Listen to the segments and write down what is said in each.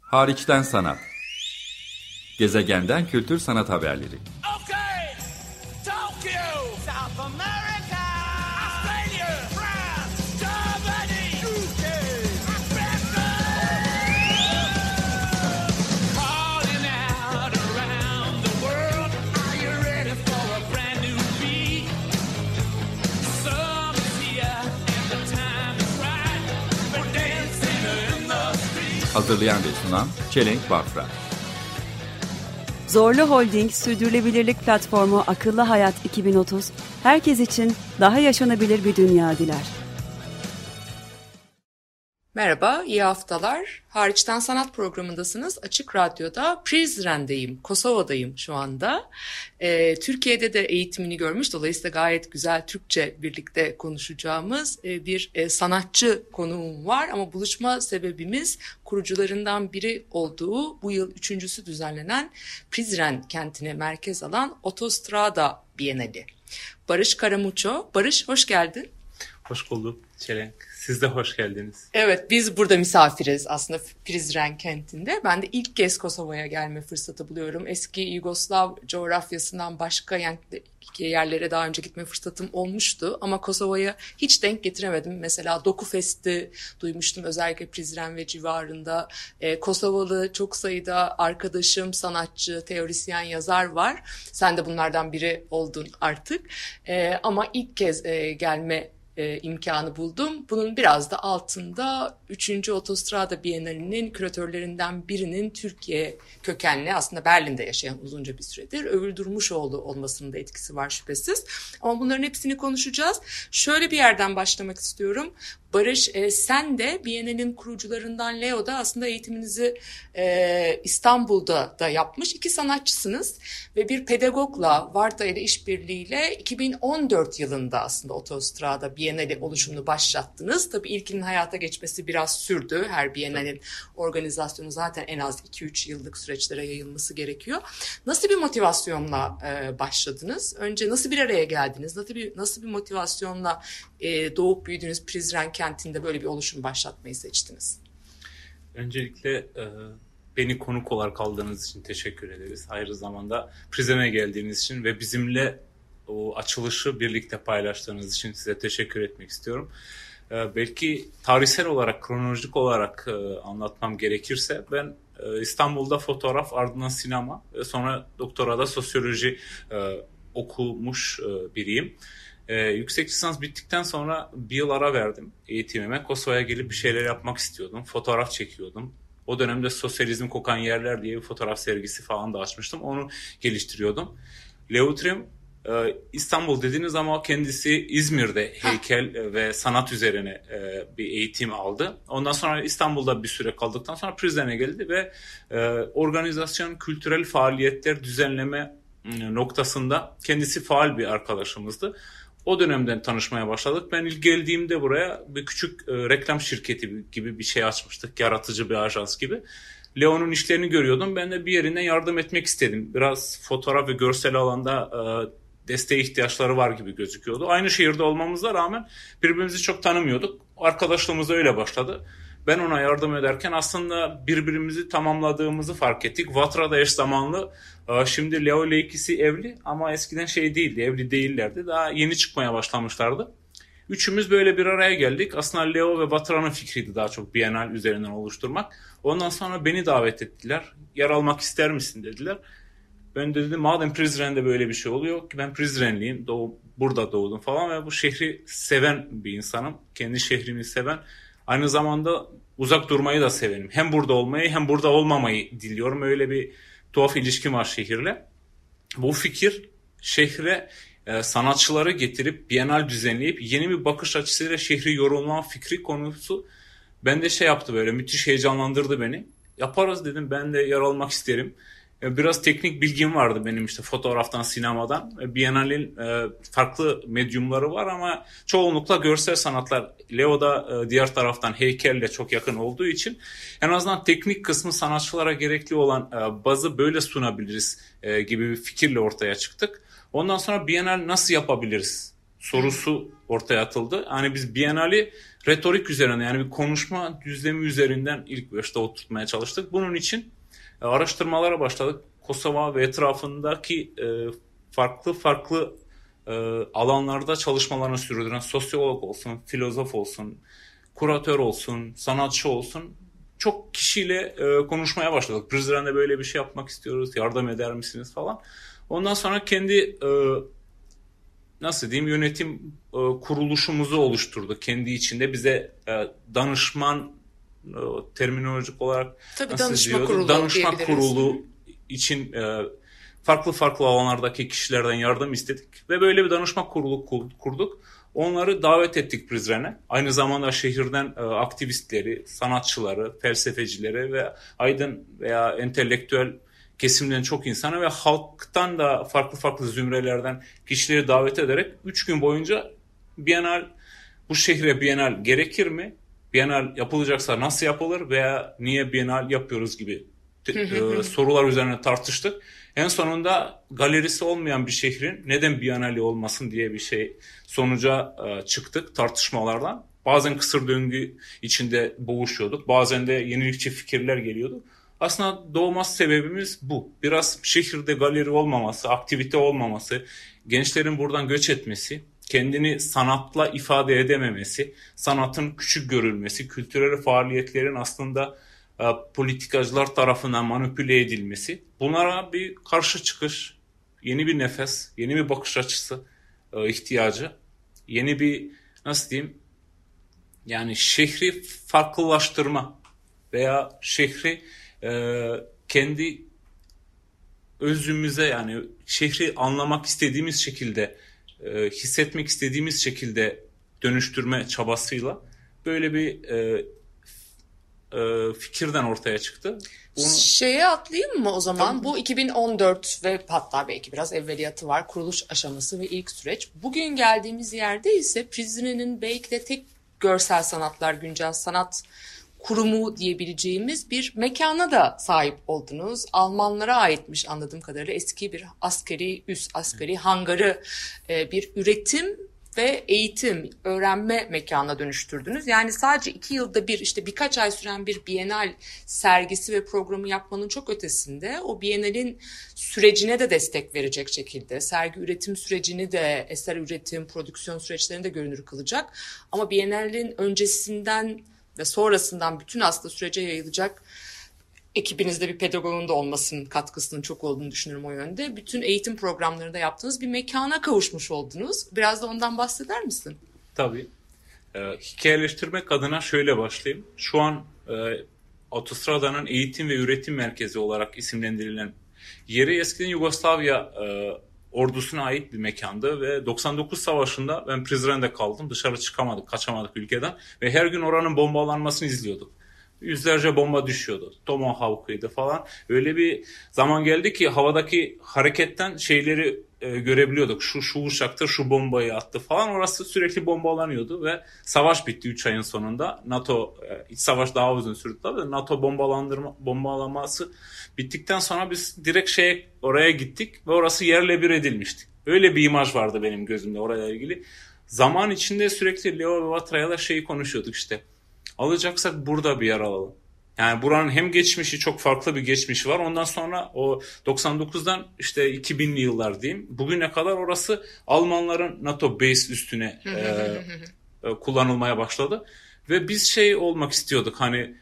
Hariçten sanat. Gezegenden kültür sanat haberleri. Okay, Tokyo, South America, Australia, France, Germany, UK, Africa. Calling out around the world, are you ready for a brand new beat? Summer's here and the time is right. We're dancing in the street. Hazırlayan ve sunan Çelenk Bafra. Zorlu Holding Sürdürülebilirlik Platformu Akıllı Hayat 2030, herkes için daha yaşanabilir bir dünya diler. Merhaba, iyi haftalar. Hariçten Sanat programındasınız. Açık Radyo'da Prizren'deyim, Kosova'dayım şu anda. Türkiye'de de eğitimini görmüş, dolayısıyla gayet güzel Türkçe birlikte konuşacağımız bir sanatçı konuğum var. Ama buluşma sebebimiz kurucularından biri olduğu bu yıl 3.'sü düzenlenen Prizren kentine merkez alan Otostrada Bienali. Barış Karamuço. Barış, hoş geldin. Hoş bulduk Çelenk. Siz de hoş geldiniz. Evet, biz burada misafiriz aslında Prizren kentinde. Ben de ilk kez Kosova'ya gelme fırsatı buluyorum. Eski Yugoslav coğrafyasından başka yerlere daha önce gitme fırsatım olmuştu. Ama Kosova'ya hiç denk getiremedim. Mesela Doku Fest'i duymuştum özellikle Prizren ve civarında. Kosovalı çok sayıda arkadaşım, sanatçı, teorisyen, yazar var. Sen de bunlardan biri oldun artık. Ama ilk kez gelme imkanı buldum. Bunun biraz da altında 3. Otostrada Bienalinin küratörlerinden birinin Türkiye kökenli, aslında Berlin'de yaşayan uzunca bir süredir Övül Durmuşoğlu olmasının da etkisi var şüphesiz. Ama bunların hepsini konuşacağız. Şöyle bir yerden başlamak istiyorum. Barış, sen de Bienal'in kurucularından Leo'da aslında eğitiminizi İstanbul'da da yapmış iki sanatçısınız ve bir pedagogla, Varta ile işbirliğiyle 2014 yılında aslında Otostrada Bienali oluşumunu başlattınız. Tabii ilkinin hayata geçmesi biraz sürdü. Her Bienal'in organizasyonu zaten en az 2-3 yıllık süreçlere yayılması gerekiyor. Nasıl bir motivasyonla başladınız? Önce nasıl bir araya geldiniz? Nasıl bir motivasyonla doğup büyüdüğünüz Prizren kentinde böyle bir oluşum başlatmayı seçtiniz? Öncelikle beni konuk olarak aldığınız için teşekkür ederiz. Aynı zamanda Prizren'e geldiğiniz için ve bizimle o açılışı birlikte paylaştığınız için size teşekkür etmek istiyorum. Belki tarihsel olarak, kronolojik olarak anlatmam gerekirse ben İstanbul'da fotoğraf, ardından sinema ve sonra doktorada sosyoloji okumuş biriyim. Yüksek lisans bittikten sonra bir yıl ara verdim eğitimime. Kosova'ya gelip bir şeyler yapmak istiyordum. Fotoğraf çekiyordum. O dönemde Sosyalizm Kokan Yerler diye bir fotoğraf sergisi falan da açmıştım. Onu geliştiriyordum. Leo Trim İstanbul dediğiniz ama kendisi İzmir'de heykel ve sanat üzerine bir eğitim aldı. Ondan sonra İstanbul'da bir süre kaldıktan sonra Prizren'e geldi ve organizasyon, kültürel faaliyetler düzenleme noktasında kendisi faal bir arkadaşımızdı. O dönemden tanışmaya başladık. Ben ilk geldiğimde buraya bir küçük reklam şirketi gibi bir şey açmıştık. Yaratıcı bir ajans gibi. Leo'nun işlerini görüyordum. Ben de bir yerinden yardım etmek istedim. Biraz fotoğraf ve görsel alanda desteğe ihtiyaçları var gibi gözüküyordu. Aynı şehirde olmamıza rağmen birbirimizi çok tanımıyorduk. Arkadaşlığımız öyle başladı. Ben ona yardım ederken aslında birbirimizi tamamladığımızı fark ettik. Vatra'da eş zamanlı. Şimdi Leo ile ikisi evli ama eskiden değildi, evli değillerdi. Daha yeni çıkmaya başlamışlardı. Üçümüz böyle bir araya geldik. Aslında Leo ve Vatra'nın fikriydi daha çok Bienal üzerinden oluşturmak. Ondan sonra beni davet ettiler. Yer almak ister misin dediler. Ben de dedim madem Prizren'de böyle bir şey oluyor ki ben Prizrenliyim, burada doğdum falan ve bu şehri seven bir insanım. Kendi şehrimi seven. Aynı zamanda uzak durmayı da severim. Hem burada olmayı hem burada olmamayı diliyorum. Öyle bir tuhaf ilişkim var şehirle. Bu fikir şehre sanatçıları getirip Bienal düzenleyip yeni bir bakış açısıyla şehri yorumlama fikri konusu bende yaptı, böyle müthiş heyecanlandırdı beni. Yaparız dedim, ben de yer almak isterim. Biraz teknik bilgim vardı benim fotoğraftan, sinemadan. Bienal'in farklı medyumları var ama çoğunlukla görsel sanatlar. Leo da diğer taraftan heykelle çok yakın olduğu için en azından teknik kısmı sanatçılara gerekli olan bazı böyle sunabiliriz gibi bir fikirle ortaya çıktık. Ondan sonra Bienal nasıl yapabiliriz sorusu ortaya atıldı. Hani biz Biennale'i retorik üzerine, yani bir konuşma düzlemi üzerinden ilk başta oturtmaya çalıştık. Bunun için araştırmalara başladık. Kosova ve etrafındaki farklı alanlarda çalışmalarını sürdüren sosyolog olsun, filozof olsun, kuratör olsun, sanatçı olsun, çok kişiyle konuşmaya başladık. Prizren'de böyle bir şey yapmak istiyoruz, yardım eder misiniz falan. Ondan sonra kendi nasıl diyeyim, yönetim kuruluşumuzu oluşturduk. Kendi içinde bize danışman, terminolojik olarak Tabii nasıl danışma diyordu? kurulu Danışma diyebiliriz. kurulu için farklı alanlardaki kişilerden yardım istedik ve böyle bir danışma kurulu kurduk. Onları davet ettik Prizren'e. Aynı zamanda şehirden aktivistleri, sanatçıları, felsefecileri ve aydın veya entelektüel kesimden çok insanı ve halktan da farklı zümrelerden kişileri davet ederek 3 gün boyunca bu şehre Biennale gerekir mi? Biennale yapılacaksa nasıl yapılır veya niye Biennale yapıyoruz gibi sorular üzerine tartıştık. En sonunda galerisi olmayan bir şehrin neden Biennale olmasın diye bir şey sonuca çıktık tartışmalardan. Bazen kısır döngü içinde boğuşuyorduk. Bazen de yenilikçi fikirler geliyordu. Aslında doğması sebebimiz bu. Biraz şehirde galeri olmaması, aktivite olmaması, gençlerin buradan göç etmesi, kendini sanatla ifade edememesi, sanatın küçük görülmesi, kültürel faaliyetlerin aslında politikacılar tarafından manipüle edilmesi. Bunlara bir karşı çıkış, yeni bir nefes, yeni bir bakış açısı ihtiyacı, yeni bir nasıl diyeyim, yani şehri farklılaştırma veya şehri kendi özümüze, yani şehri anlamak istediğimiz şekilde, hissetmek istediğimiz şekilde dönüştürme çabasıyla böyle bir fikirden ortaya çıktı. Şeye atlayayım mı o zaman? Bu 2014 ve hatta belki biraz evveliyatı var. Kuruluş aşaması ve ilk süreç. Bugün geldiğimiz yerde ise Prizren'in belki de tek görsel sanatlar, güncel sanat kurumu diyebileceğimiz bir mekana da sahip oldunuz. Almanlara aitmiş anladığım kadarıyla eski bir askeri hangarı bir üretim ve eğitim, öğrenme mekanına dönüştürdünüz. Yani sadece 2 yılda bir, işte birkaç ay süren bir Biennale sergisi ve programı yapmanın çok ötesinde o Biennale'in sürecine de destek verecek şekilde, sergi üretim sürecini de, eser üretim, prodüksiyon süreçlerini de görünür kılacak. Ama Biennale'in öncesinden ve sonrasından bütün aslında sürece yayılacak, ekibinizde bir pedagogun da olmasının katkısının çok olduğunu düşünüyorum o yönde. Bütün eğitim programlarında yaptığınız bir mekana kavuşmuş oldunuz. Biraz da ondan bahseder misin? Tabii. Hikayeleştirmek adına şöyle başlayayım. Şu an Autostrada'nın eğitim ve üretim merkezi olarak isimlendirilen yeri eskiden Yugoslavya ordusuna ait bir mekandı ve 99 Savaşı'nda ben Prizren'de kaldım. Dışarı çıkamadık, kaçamadık ülkeden ve her gün oranın bombalanmasını izliyorduk. Yüzlerce bomba düşüyordu. Tomahawk'ıydı falan. Öyle bir zaman geldi ki havadaki hareketten şeyleri görebiliyorduk. Şu uçaktır, şu bombayı attı falan. Orası sürekli bombalanıyordu ve savaş bitti 3 ayın sonunda. NATO, iç savaş daha uzun sürdü tabii. NATO bombalaması bittikten sonra biz direkt oraya gittik ve orası yerle bir edilmişti. Öyle bir imaj vardı benim gözümde orayla ilgili. Zaman içinde sürekli Leo ve Vatra'yla konuşuyorduk işte. Alacaksak burada bir yer alalım. Yani buranın hem geçmişi, çok farklı bir geçmişi var. Ondan sonra o 99'dan işte 2000'li yıllar diyeyim. Bugüne kadar orası Almanların NATO base üstüne kullanılmaya başladı. Ve biz olmak istiyorduk, hani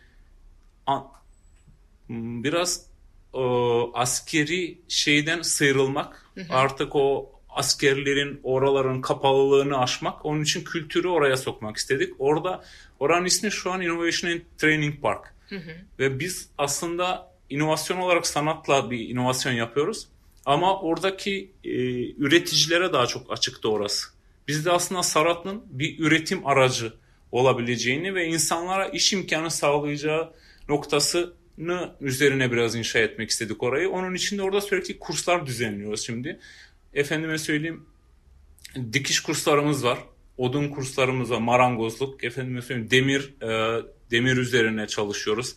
biraz askeri şeyden sıyrılmak. Artık o askerlerin oraların kapalılığını aşmak. Onun için kültürü oraya sokmak istedik. Oranın ismi şu an Innovation and Training Park. Ve biz aslında inovasyon olarak sanatla bir inovasyon yapıyoruz. Ama oradaki üreticilere daha çok açıktı orası. Biz de aslında sanatın bir üretim aracı olabileceğini ve insanlara iş imkanı sağlayacağı noktasını üzerine biraz inşa etmek istedik orayı. Onun için de orada sürekli kurslar düzenliyoruz şimdi. Efendime söyleyeyim, dikiş kurslarımız var. Odun kurslarımız var, marangozluk. Efendime söyleyeyim, demir üzerine çalışıyoruz.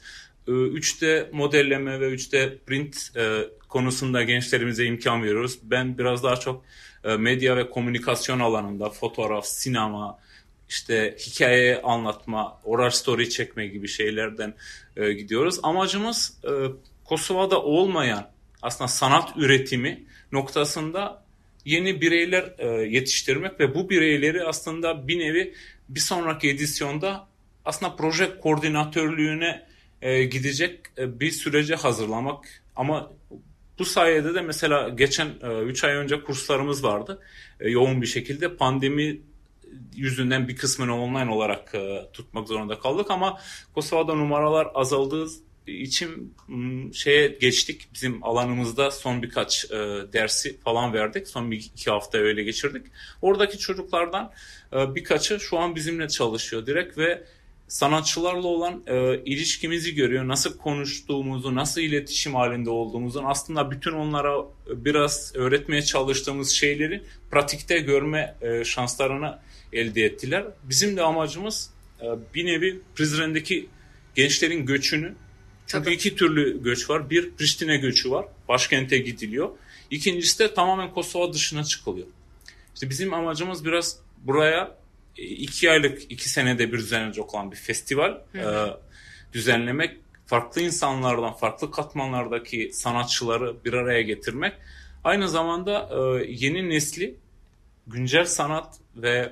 3D modelleme ve 3D print konusunda gençlerimize imkan veriyoruz. Ben biraz daha çok medya ve komünikasyon alanında fotoğraf, sinema, işte hikaye anlatma, oral story çekme gibi şeylerden gidiyoruz. Amacımız Kosova'da olmayan aslında sanat üretimi noktasında yeni bireyler yetiştirmek ve bu bireyleri aslında bir nevi bir sonraki edisyonda aslında proje koordinatörlüğüne gidecek bir sürece hazırlamak. Ama bu sayede de mesela geçen 3 ay önce kurslarımız vardı. Yoğun bir şekilde pandemi yüzünden bir kısmını online olarak tutmak zorunda kaldık ama Kosova'da numaralar azaldığı için şeye geçtik. Bizim alanımızda son birkaç dersi falan verdik. Son 2 hafta öyle geçirdik. Oradaki çocuklardan birkaçı şu an bizimle çalışıyor direkt ve sanatçılarla olan ilişkimizi görüyor. Nasıl konuştuğumuzu, nasıl iletişim halinde olduğumuzu, aslında bütün onlara biraz öğretmeye çalıştığımız şeyleri pratikte görme şanslarını elde ettiler. Bizim de amacımız bir nevi Prizren'deki gençlerin göçünü, çünkü iki türlü göç var. Bir, Priştine göçü var. Başkente gidiliyor. İkincisi de tamamen Kosova dışına çıkılıyor. İşte bizim amacımız biraz buraya 2 aylık, 2 senede bir düzenlenecek olan bir festival düzenlemek. Farklı insanlardan, farklı katmanlardaki sanatçıları bir araya getirmek. Aynı zamanda yeni nesli güncel sanat ve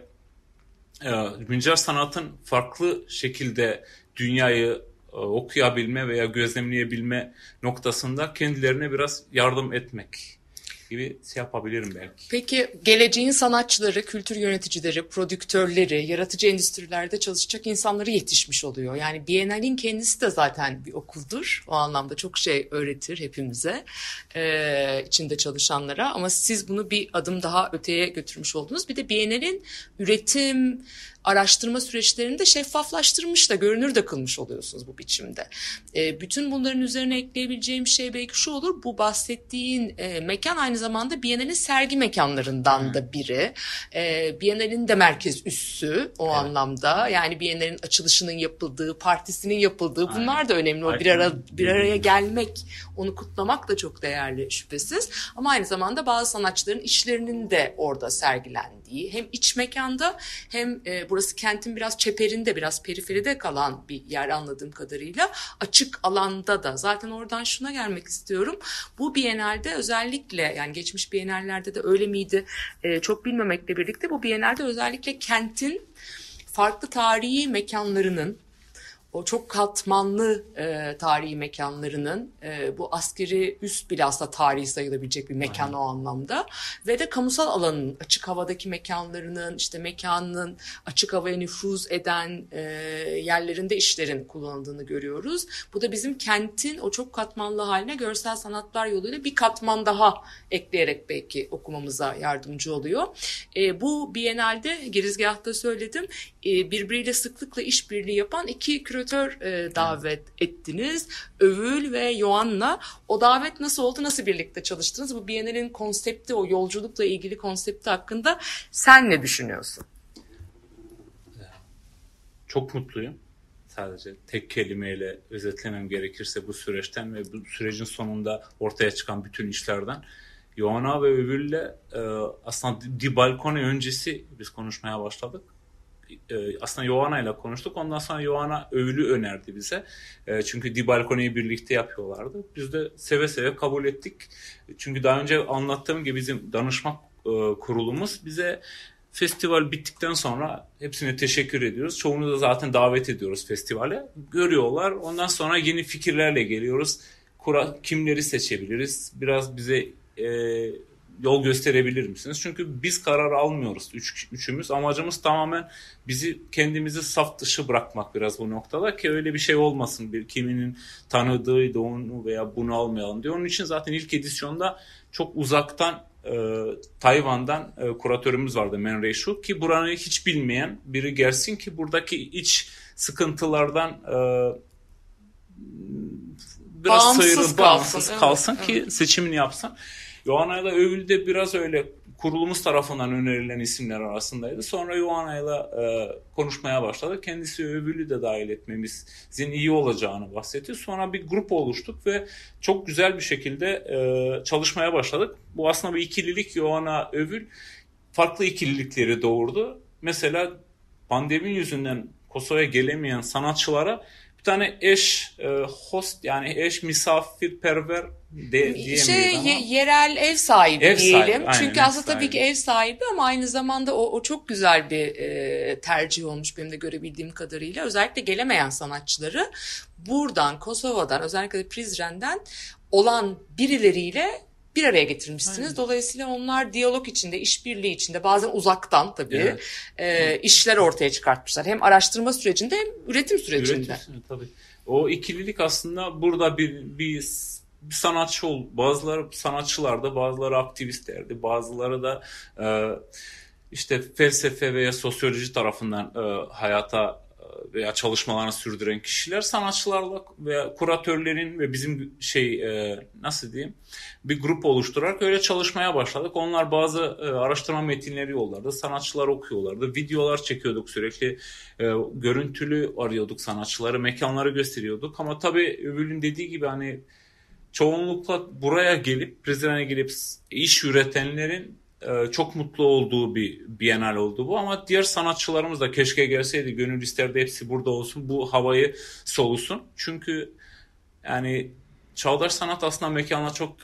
güncel sanatın farklı şekilde dünyayı okuyabilme veya gözlemleyebilme noktasında kendilerine biraz yardım etmek gibi yapabilirim belki. Peki geleceğin sanatçıları, kültür yöneticileri, prodüktörleri, yaratıcı endüstrilerde çalışacak insanları yetişmiş oluyor. Yani Biennale'in kendisi de zaten bir okuldur. O anlamda çok şey öğretir hepimize, içinde çalışanlara. Ama siz bunu bir adım daha öteye götürmüş oldunuz. Bir de Biennale'in üretim, araştırma süreçlerini de şeffaflaştırmış da, görünür de kılmış oluyorsunuz bu biçimde. Bütün bunların üzerine ekleyebileceğim şey belki şu olur: bu bahsettiğin mekan aynı zamanda Biennale'in sergi mekanlarından da biri. Biennale'in de merkez üssü o anlamda. Yani Biennale'in açılışının yapıldığı, partisinin yapıldığı, bunlar da önemli. O bir araya gelmek, onu kutlamak da çok değerli şüphesiz. Ama aynı zamanda bazı sanatçıların işlerinin de orada sergilendiği, hem iç mekanda hem burası kentin biraz çeperinde, biraz periferide kalan bir yer anladığım kadarıyla, açık alanda da. Zaten oradan şuna gelmek istiyorum. Bu Biennale'de özellikle, yani geçmiş Biennale'lerde de öyle miydi çok bilmemekle birlikte, bu Biennale'de özellikle kentin farklı tarihi mekanlarının, o çok katmanlı tarihi mekanlarının, bu askeri üs bile aslında tarihi sayılabilecek bir mekan o anlamda, ve de kamusal alanın, açık havadaki mekanlarının, işte mekanın açık havaya nüfuz eden yerlerinde işlerin kullanıldığını görüyoruz. Bu da bizim kentin o çok katmanlı haline görsel sanatlar yoluyla bir katman daha ekleyerek belki okumamıza yardımcı oluyor. Bu Biennale'de, girizgahta söyledim, birbiriyle sıklıkla işbirliği yapan 2 küratör davet ettiniz. Övül ve Joanna. O davet nasıl oldu? Nasıl birlikte çalıştınız? Bu Biennale'nin konsepti, o yolculukla ilgili konsepti hakkında sen ne düşünüyorsun? Çok mutluyum. Sadece tek kelimeyle özetlemem gerekirse bu süreçten ve bu sürecin sonunda ortaya çıkan bütün işlerden. Joanna ve Övül'le aslında Di Balcone öncesi biz konuşmaya başladık. Aslında Joanna ile konuştuk. Ondan sonra Joanna Övül'ü önerdi bize. Çünkü Di Balcone'yi birlikte yapıyorlardı. Biz de seve seve kabul ettik. Çünkü daha önce anlattığım gibi bizim danışma kurulumuz bize festival bittikten sonra hepsine teşekkür ediyoruz. Çoğunu da zaten davet ediyoruz festivale. Görüyorlar. Ondan sonra yeni fikirlerle geliyoruz. Kimleri seçebiliriz? Biraz bize yol gösterebilir misiniz? Çünkü biz karar almıyoruz üçümüz. Amacımız tamamen kendimizi saf dışı bırakmak biraz bu noktada, ki öyle bir şey olmasın. Kiminin tanıdığıydı onu veya bunu almayalım diye. Onun için zaten ilk edisyonda çok uzaktan Tayvan'dan kuratörümüz vardı, Men Reishu, ki buranı hiç bilmeyen biri gelsin ki buradaki iç sıkıntılardan biraz bağımsız kalsın ki seçimini yapsın. Joanna ile Övül'de biraz öyle kurulumuz tarafından önerilen isimler arasındaydı. Sonra Ioanna'yla konuşmaya başladık. Kendisi Övül'ü de dahil etmemizin iyi olacağını bahsetti. Sonra bir grup oluştuk ve çok güzel bir şekilde çalışmaya başladık. Bu aslında bir ikililik, Ioanna Övül farklı ikililikleri doğurdu. Mesela pandemi yüzünden Kosova'ya gelemeyen sanatçılara bir tane host, yani eş misafirperver diyemeyiz ama. Yerel ev sahibi Ev diyelim. sahibi, aynen, Çünkü ev aslında tabii sahibi. ki ev sahibi ama aynı zamanda o çok güzel bir tercih olmuş benim de görebildiğim kadarıyla. Özellikle gelemeyen sanatçıları buradan, Kosova'dan, özellikle de Prizren'den olan birileriyle bir araya getirmişsiniz. Aynen. Dolayısıyla onlar diyalog içinde, işbirliği içinde, bazen uzaktan tabii Evet. işler ortaya çıkartmışlar. Hem araştırma sürecinde hem üretim sürecinde. Üretim, tabii. O ikililik aslında burada bir sanatçı bazıları sanatçılardı, bazıları aktivistlerdi, bazıları da işte felsefe veya sosyoloji tarafından hayata veya çalışmalarını sürdüren kişiler, sanatçılarla veya kuratörlerin ve bizim nasıl diyeyim, bir grup oluşturarak öyle çalışmaya başladık. Onlar bazı araştırma metinleri yollardı, sanatçılar okuyorlardı, videolar çekiyorduk sürekli, görüntülü arıyorduk sanatçıları, mekanları gösteriyorduk. Ama tabii Övül'ün dediği gibi hani çoğunlukla buraya gelip, Prizren'e gelip iş üretenlerin çok mutlu olduğu bir bienal oldu bu. Ama diğer sanatçılarımız da keşke gelseydi, gönül isterdi hepsi burada olsun, bu havayı solusun. Çünkü yani çağdaş sanat aslında mekanla çok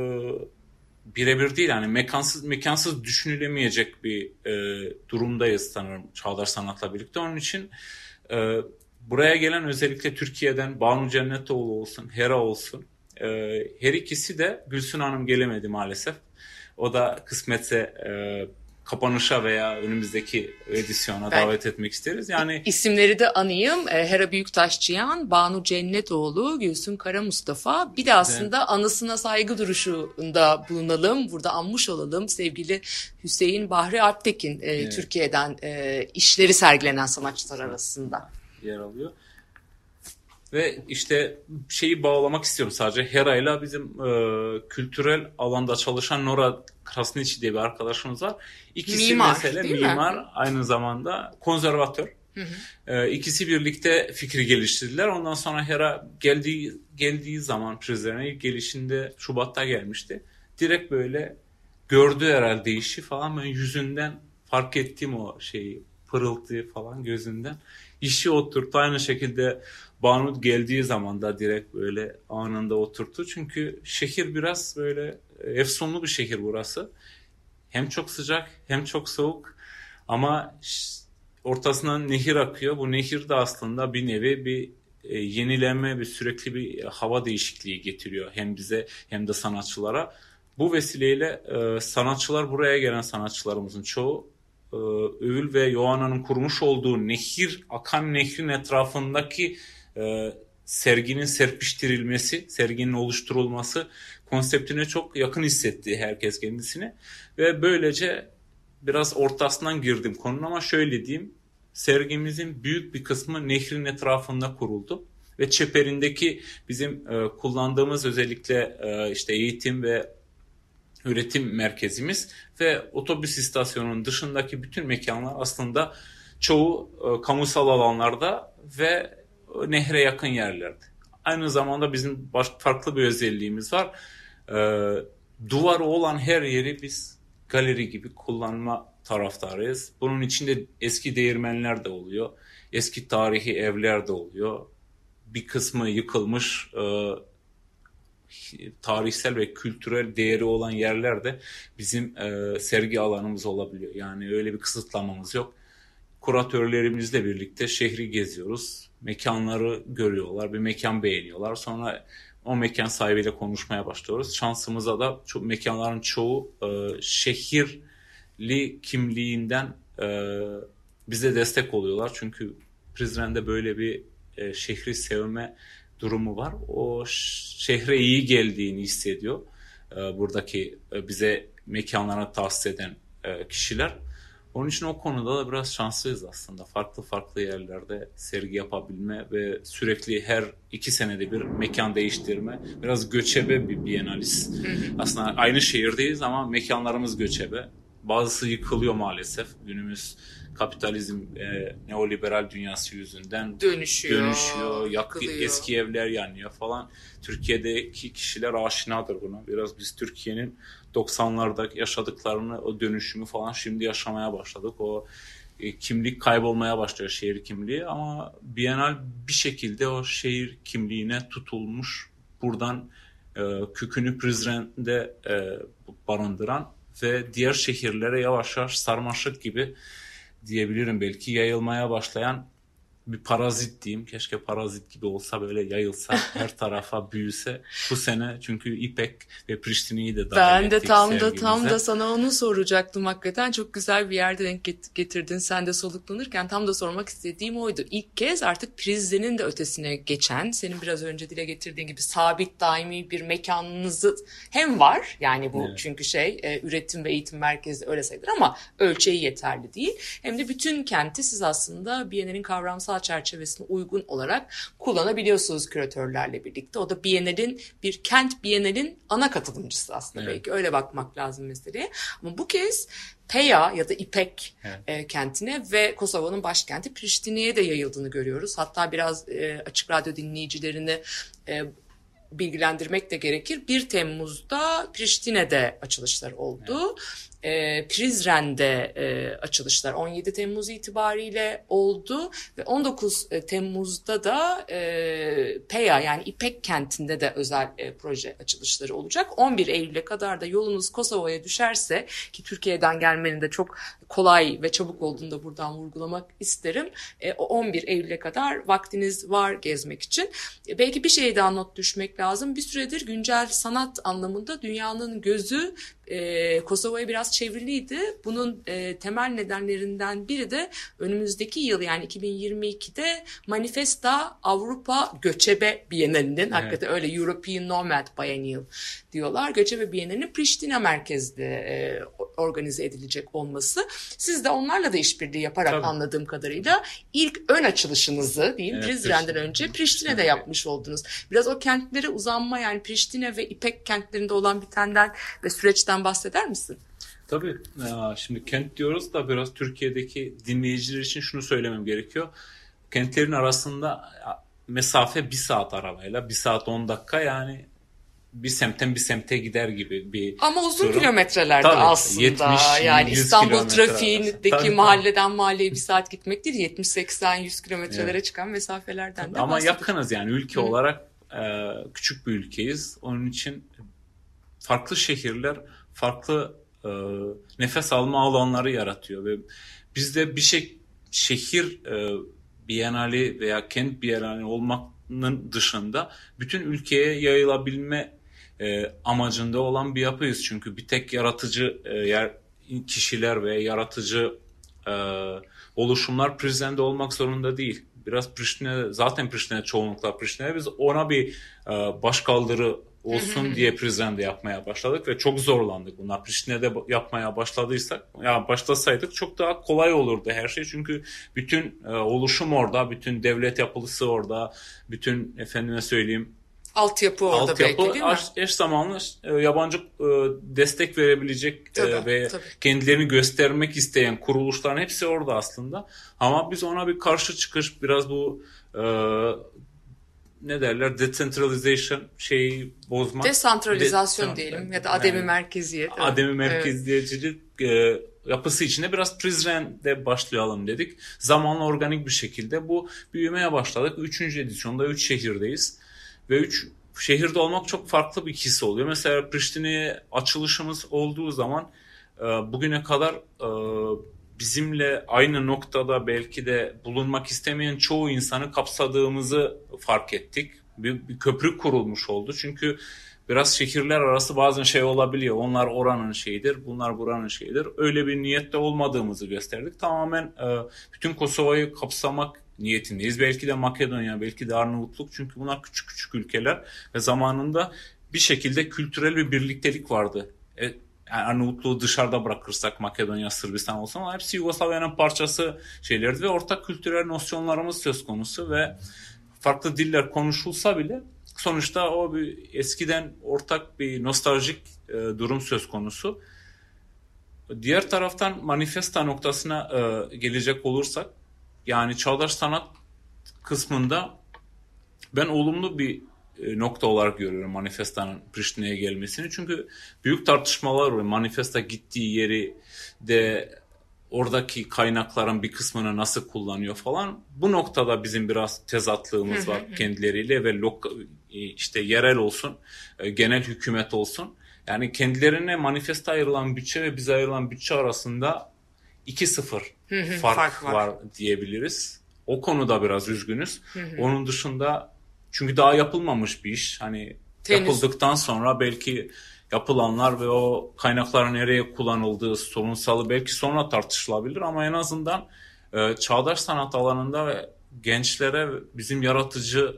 birebir değil. Yani mekansız düşünülemeyecek bir durumdayız sanırım çağdaş sanatla birlikte. Onun için buraya gelen, özellikle Türkiye'den Banu Cennetoğlu olsun, Hera olsun, her ikisi de, Gülsün Hanım gelemedi maalesef. O da kısmetse kapanışa veya önümüzdeki edisyona davet etmek isteriz. Yani İsimleri de anayım. Hera Büyüktaşçıyan, Banu Cennetoğlu, Gülsün Kara Mustafa. Bir de aslında anısına saygı duruşunda bulunalım. Burada anmış olalım. Sevgili Hüseyin Bahri Alptekin, Türkiye'den işleri sergilenen sanatçılar arasında yer alıyor. Ve işte şeyi bağlamak istiyorum sadece. Hera'yla bizim kültürel alanda çalışan Nora Krasniqi diye bir arkadaşımız var. İkisi Mimar, mesela değil mi? mimar, aynı zamanda konservatör. İkisi birlikte fikri geliştirdiler. Ondan sonra Hera geldiği zaman Prizren'e ilk gelişinde Şubat'ta gelmişti. Direkt böyle gördü herhalde işi falan. Ben yüzünden fark ettim o şeyi, pırıltıyı falan gözünden. İşi oturttu. Aynı şekilde Banu geldiği zaman da direkt böyle anında oturttu. Çünkü şehir biraz böyle efsunlu bir şehir burası. Hem çok sıcak hem çok soğuk ama ortasından nehir akıyor. Bu nehir de aslında bir nevi bir yenilenme, bir sürekli bir hava değişikliği getiriyor hem bize hem de sanatçılara. Bu vesileyle sanatçılar, buraya gelen sanatçılarımızın çoğu Övül ve Ioanna'nın kurmuş olduğu nehir, akan nehrin etrafındaki serginin serpiştirilmesi, serginin oluşturulması konseptine çok yakın hissetti herkes kendisini. Ve böylece biraz ortasından girdim konunun, ama şöyle diyeyim, sergimizin büyük bir kısmı nehrin etrafında kuruldu. Ve çeperindeki bizim kullandığımız özellikle işte eğitim ve üretim merkezimiz ve otobüs istasyonunun dışındaki bütün mekanlar aslında çoğu kamusal alanlarda ve nehre yakın yerlerde. Aynı zamanda bizim farklı bir özelliğimiz var. Duvarı olan her yeri biz galeri gibi kullanma taraftarıyız. Bunun içinde eski değirmenler de oluyor. Eski tarihi evler de oluyor. Bir kısmı yıkılmış tarihsel ve kültürel değeri olan yerlerde bizim sergi alanımız olabiliyor. Yani öyle bir kısıtlamamız yok. Kuratörlerimizle birlikte şehri geziyoruz. Mekanları görüyorlar, bir mekan beğeniyorlar. Sonra o mekan sahibiyle konuşmaya başlıyoruz. Şansımıza da mekanların çoğu şehirli kimliğinden bize destek oluyorlar. Çünkü Prizren'de böyle bir şehri sevme durumu var. O şehre iyi geldiğini hissediyor buradaki bize mekanlarını tahsis eden kişiler. Onun için o konuda da biraz şanslıyız aslında. Farklı yerlerde sergi yapabilme ve sürekli her 2 senede bir mekan değiştirme. Biraz göçebe bir bienalist. Aslında aynı şehirdeyiz ama mekanlarımız göçebe. bazısı yıkılıyor maalesef. Günümüz kapitalizm, neoliberal dünyası yüzünden dönüşüyor. yıkılıyor. Eski evler yanıyor falan. Türkiye'deki kişiler aşinadır buna. Biraz biz Türkiye'nin 90'larda yaşadıklarını, o dönüşümü falan şimdi yaşamaya başladık. O kimlik kaybolmaya başlıyor, şehir kimliği, ama Bienal bir şekilde o şehir kimliğine tutulmuş, buradan kökünü Prizren'de barındıran ve diğer şehirlere yavaş yavaş sarmaşık gibi diyebilirim belki yayılmaya başlayan bir parazit diyeyim. Keşke parazit gibi olsa, böyle yayılsa, her tarafa büyüse. Bu sene çünkü İpek ve Priştine'yi de dahil Ben de ettik tam sergimize. da sana onu soracaktım hakikaten. Çok güzel bir yerde denk getirdin sen de soluklanırken. Tam da sormak istediğim oydu. İlk kez artık Prizren'in de ötesine geçen, senin biraz önce dile getirdiğin gibi sabit daimi bir mekanınızı hem var. Yani bu Evet. çünkü üretim ve eğitim merkezi öyle sayılır ama ölçeği yeterli değil. Hem de bütün kenti siz aslında Bienal'in kavramsal çerçevesine uygun olarak kullanabiliyorsunuz küratörlerle birlikte. O da bir kent Bienal'in ana katılımcısı aslında. Evet. Belki öyle bakmak lazım meseleye. Ama bu kez Peja ya da İpek Evet. kentine ve Kosova'nın başkenti Priştine'ye de yayıldığını görüyoruz. Hatta biraz Açık Radyo dinleyicilerini bilgilendirmek de gerekir. 1 Temmuz'da Priştine'de açılışlar oldu. Prizren'de açılışlar 17 Temmuz itibariyle oldu ve 19 Temmuz'da da Peja yani İpek kentinde de özel proje açılışları olacak. 11 Eylül'e kadar da yolunuz Kosova'ya düşerse, ki Türkiye'den gelmenin de çok kolay ve çabuk olduğunu da buradan vurgulamak isterim. O 11 Eylül'e kadar vaktiniz var gezmek için. Belki bir şey daha not düşmek lazım. Bir süredir güncel sanat anlamında dünyanın gözü Kosova'ya biraz çevriliydi. Bunun temel nedenlerinden biri de önümüzdeki yıl yani 2022'de Manifesta Avrupa Göçebe Bienalinin, hakikaten öyle European Nomad Biennial diyorlar. Göçebe Bienalinin Priştine merkezli organize edilecek olması. Siz de onlarla da işbirliği yaparak Tabii. anladığım kadarıyla ilk ön açılışınızı diyeyim Evet, Prizren'den önce Priştine'de yapmış oldunuz. Biraz o kentlere uzanma, yani Priştine ve İpek kentlerinde olan bitenden ve süreçten bahseder misin? Tabii. Şimdi kent diyoruz da biraz Türkiye'deki dinleyiciler için şunu söylemem gerekiyor. Kentlerin arasında mesafe 1 saat arabayla, 1 saat 10 dakika, yani bir semtten bir semte gider gibi bir Ama uzun durum. kilometrelerde Tabii, aslında. 70, Yani 100 İstanbul kilometre trafiğindeki arası. Tabii. mahalleden mahalleye 1 saat gitmek değil, 70, 80, 100 kilometrelere Evet. çıkan mesafelerden de Ama bahsediyoruz. yakınız yani ülke olarak küçük bir ülkeyiz. Onun için farklı şehirler farklı nefes alma alanları yaratıyor ve bizde bir şehir Bienali veya kent Bienali olmanın dışında bütün ülkeye yayılabilme amacında olan bir yapıyız. Çünkü bir tek yaratıcı kişiler ve yaratıcı oluşumlar Prizren'de olmak zorunda değil. Biraz zaten Priştine çoğunlukla Priştine. Biz ona bir başkaldırı olsun diye Prizren'de yapmaya başladık ve çok zorlandık. Bunlar Priştine'de yapmaya başlasaydık çok daha kolay olurdu her şey. Çünkü bütün oluşum orada, bütün devlet yapılısı orada, bütün efendime söyleyeyim Altyapı orada belki değil mi? eş zamanlı yabancı destek verebilecek ve tabii. kendilerini göstermek isteyen kuruluşların hepsi orada aslında. Ama biz ona bir karşı çıkış, biraz bu ne derler, decentralization şeyi bozmak. Desantralizasyon diyelim ya da ademi merkeziyet. Evet. Ademi merkeziyetçilik yapısı içinde biraz Prizren'de başlayalım dedik. Zamanla organik bir şekilde bu büyümeye başladık. 3. edisyonda 3 şehirdeyiz. Ve 3 şehirde olmak çok farklı bir his oluyor. Mesela Priştine'ye açılışımız olduğu zaman bugüne kadar bizimle aynı noktada belki de bulunmak istemeyen çoğu insanı kapsadığımızı fark ettik. Bir köprü kurulmuş oldu. Çünkü biraz şehirler arası bazen olabiliyor. Onlar oranın şeyidir, bunlar buranın şeyidir. Öyle bir niyette olmadığımızı gösterdik. Tamamen bütün Kosova'yı kapsamak niyetindeyiz. Belki de Makedonya, belki de Arnavutluk. Çünkü bunlar küçük küçük ülkeler ve zamanında bir şekilde kültürel bir birliktelik vardı. Yani Arnavutluğu dışarıda bırakırsak Makedonya, Sırbistan olsa ama hepsi Yugoslavya'nın parçası şeylerdi ve ortak kültürel nosyonlarımız söz konusu ve farklı diller konuşulsa bile sonuçta o bir eskiden ortak bir nostaljik durum söz konusu. Diğer taraftan manifesta noktasına gelecek olursak, yani çağdaş sanat kısmında ben olumlu bir nokta olarak görüyorum manifestanın Priştine'ye gelmesini. Çünkü büyük tartışmalar var. Manifesta gittiği yeri de oradaki kaynakların bir kısmını nasıl kullanıyor falan. Bu noktada bizim biraz tezatlığımız var kendileriyle ve işte yerel olsun, genel hükümet olsun. Yani kendilerine manifesta ayrılan bütçe ve bize ayrılan bütçe arasında 2-0 fark var diyebiliriz. O konuda biraz üzgünüz. Onun dışında, çünkü daha yapılmamış bir iş. Hani yapıldıktan sonra belki yapılanlar ve o kaynakların nereye kullanıldığı sorunsalı belki sonra tartışılabilir, ama en azından çağdaş sanat alanında ve gençlere, bizim yaratıcı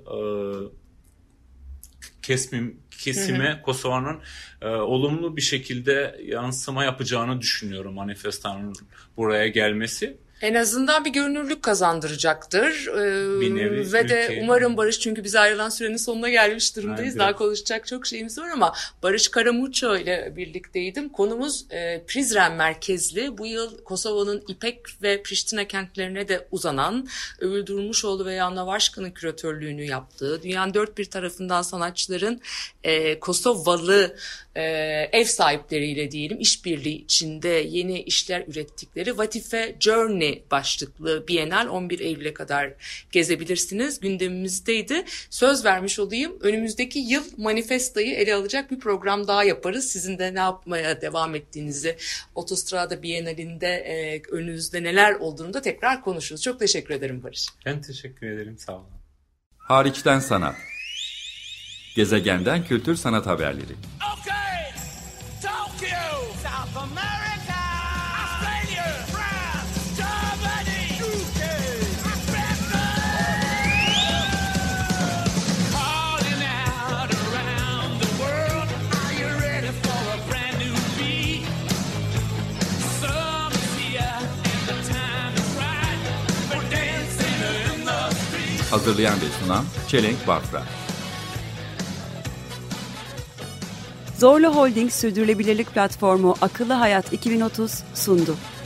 kesime Kosova'nın olumlu bir şekilde yansıma yapacağını düşünüyorum manifestanın buraya gelmesi. En azından bir görünürlük kazandıracaktır. Bir nevi ve de ülke. umarım Barış, çünkü bize ayrılan sürenin sonuna gelmiş durumdayız. Evet, Daha biraz. konuşacak çok şeyimiz var ama Barış Karamuço ile birlikteydim. Konumuz Prizren merkezli. Bu yıl Kosova'nın İpek ve Priştine kentlerine de uzanan, Övül Durmuşoğlu ve Yana Vaşkan'ın küratörlüğünü yaptığı, dünyanın dört bir tarafından sanatçıların Kosovalı ev sahipleriyle diyelim işbirliği içinde yeni işler ürettikleri Vatife Journey başlıklı Bienal 11 Eylül'e kadar gezebilirsiniz. Gündemimizdeydi. Söz vermiş olayım. Önümüzdeki yıl manifestayı ele alacak bir program daha yaparız. Sizin de ne yapmaya devam ettiğinizi, Otostrada Bienalinde önünüzde neler olduğunu da tekrar konuşuruz. Çok teşekkür ederim Barış. Ben teşekkür ederim. Sağ olun. Hariçten sanat. Gezegenden kültür sanat haberleri. Okay, Tokyo, South America, Australia, France, Germany, UK, Africa. Calling out around the world, are you ready for a brand new beat? Summer's here and the time is right. We're dancing in the street. Hazırlayan ve sunan Çelenk Bafra. Zorlu Holding Sürdürülebilirlik Platformu Akıllı Hayat 2030 sundu.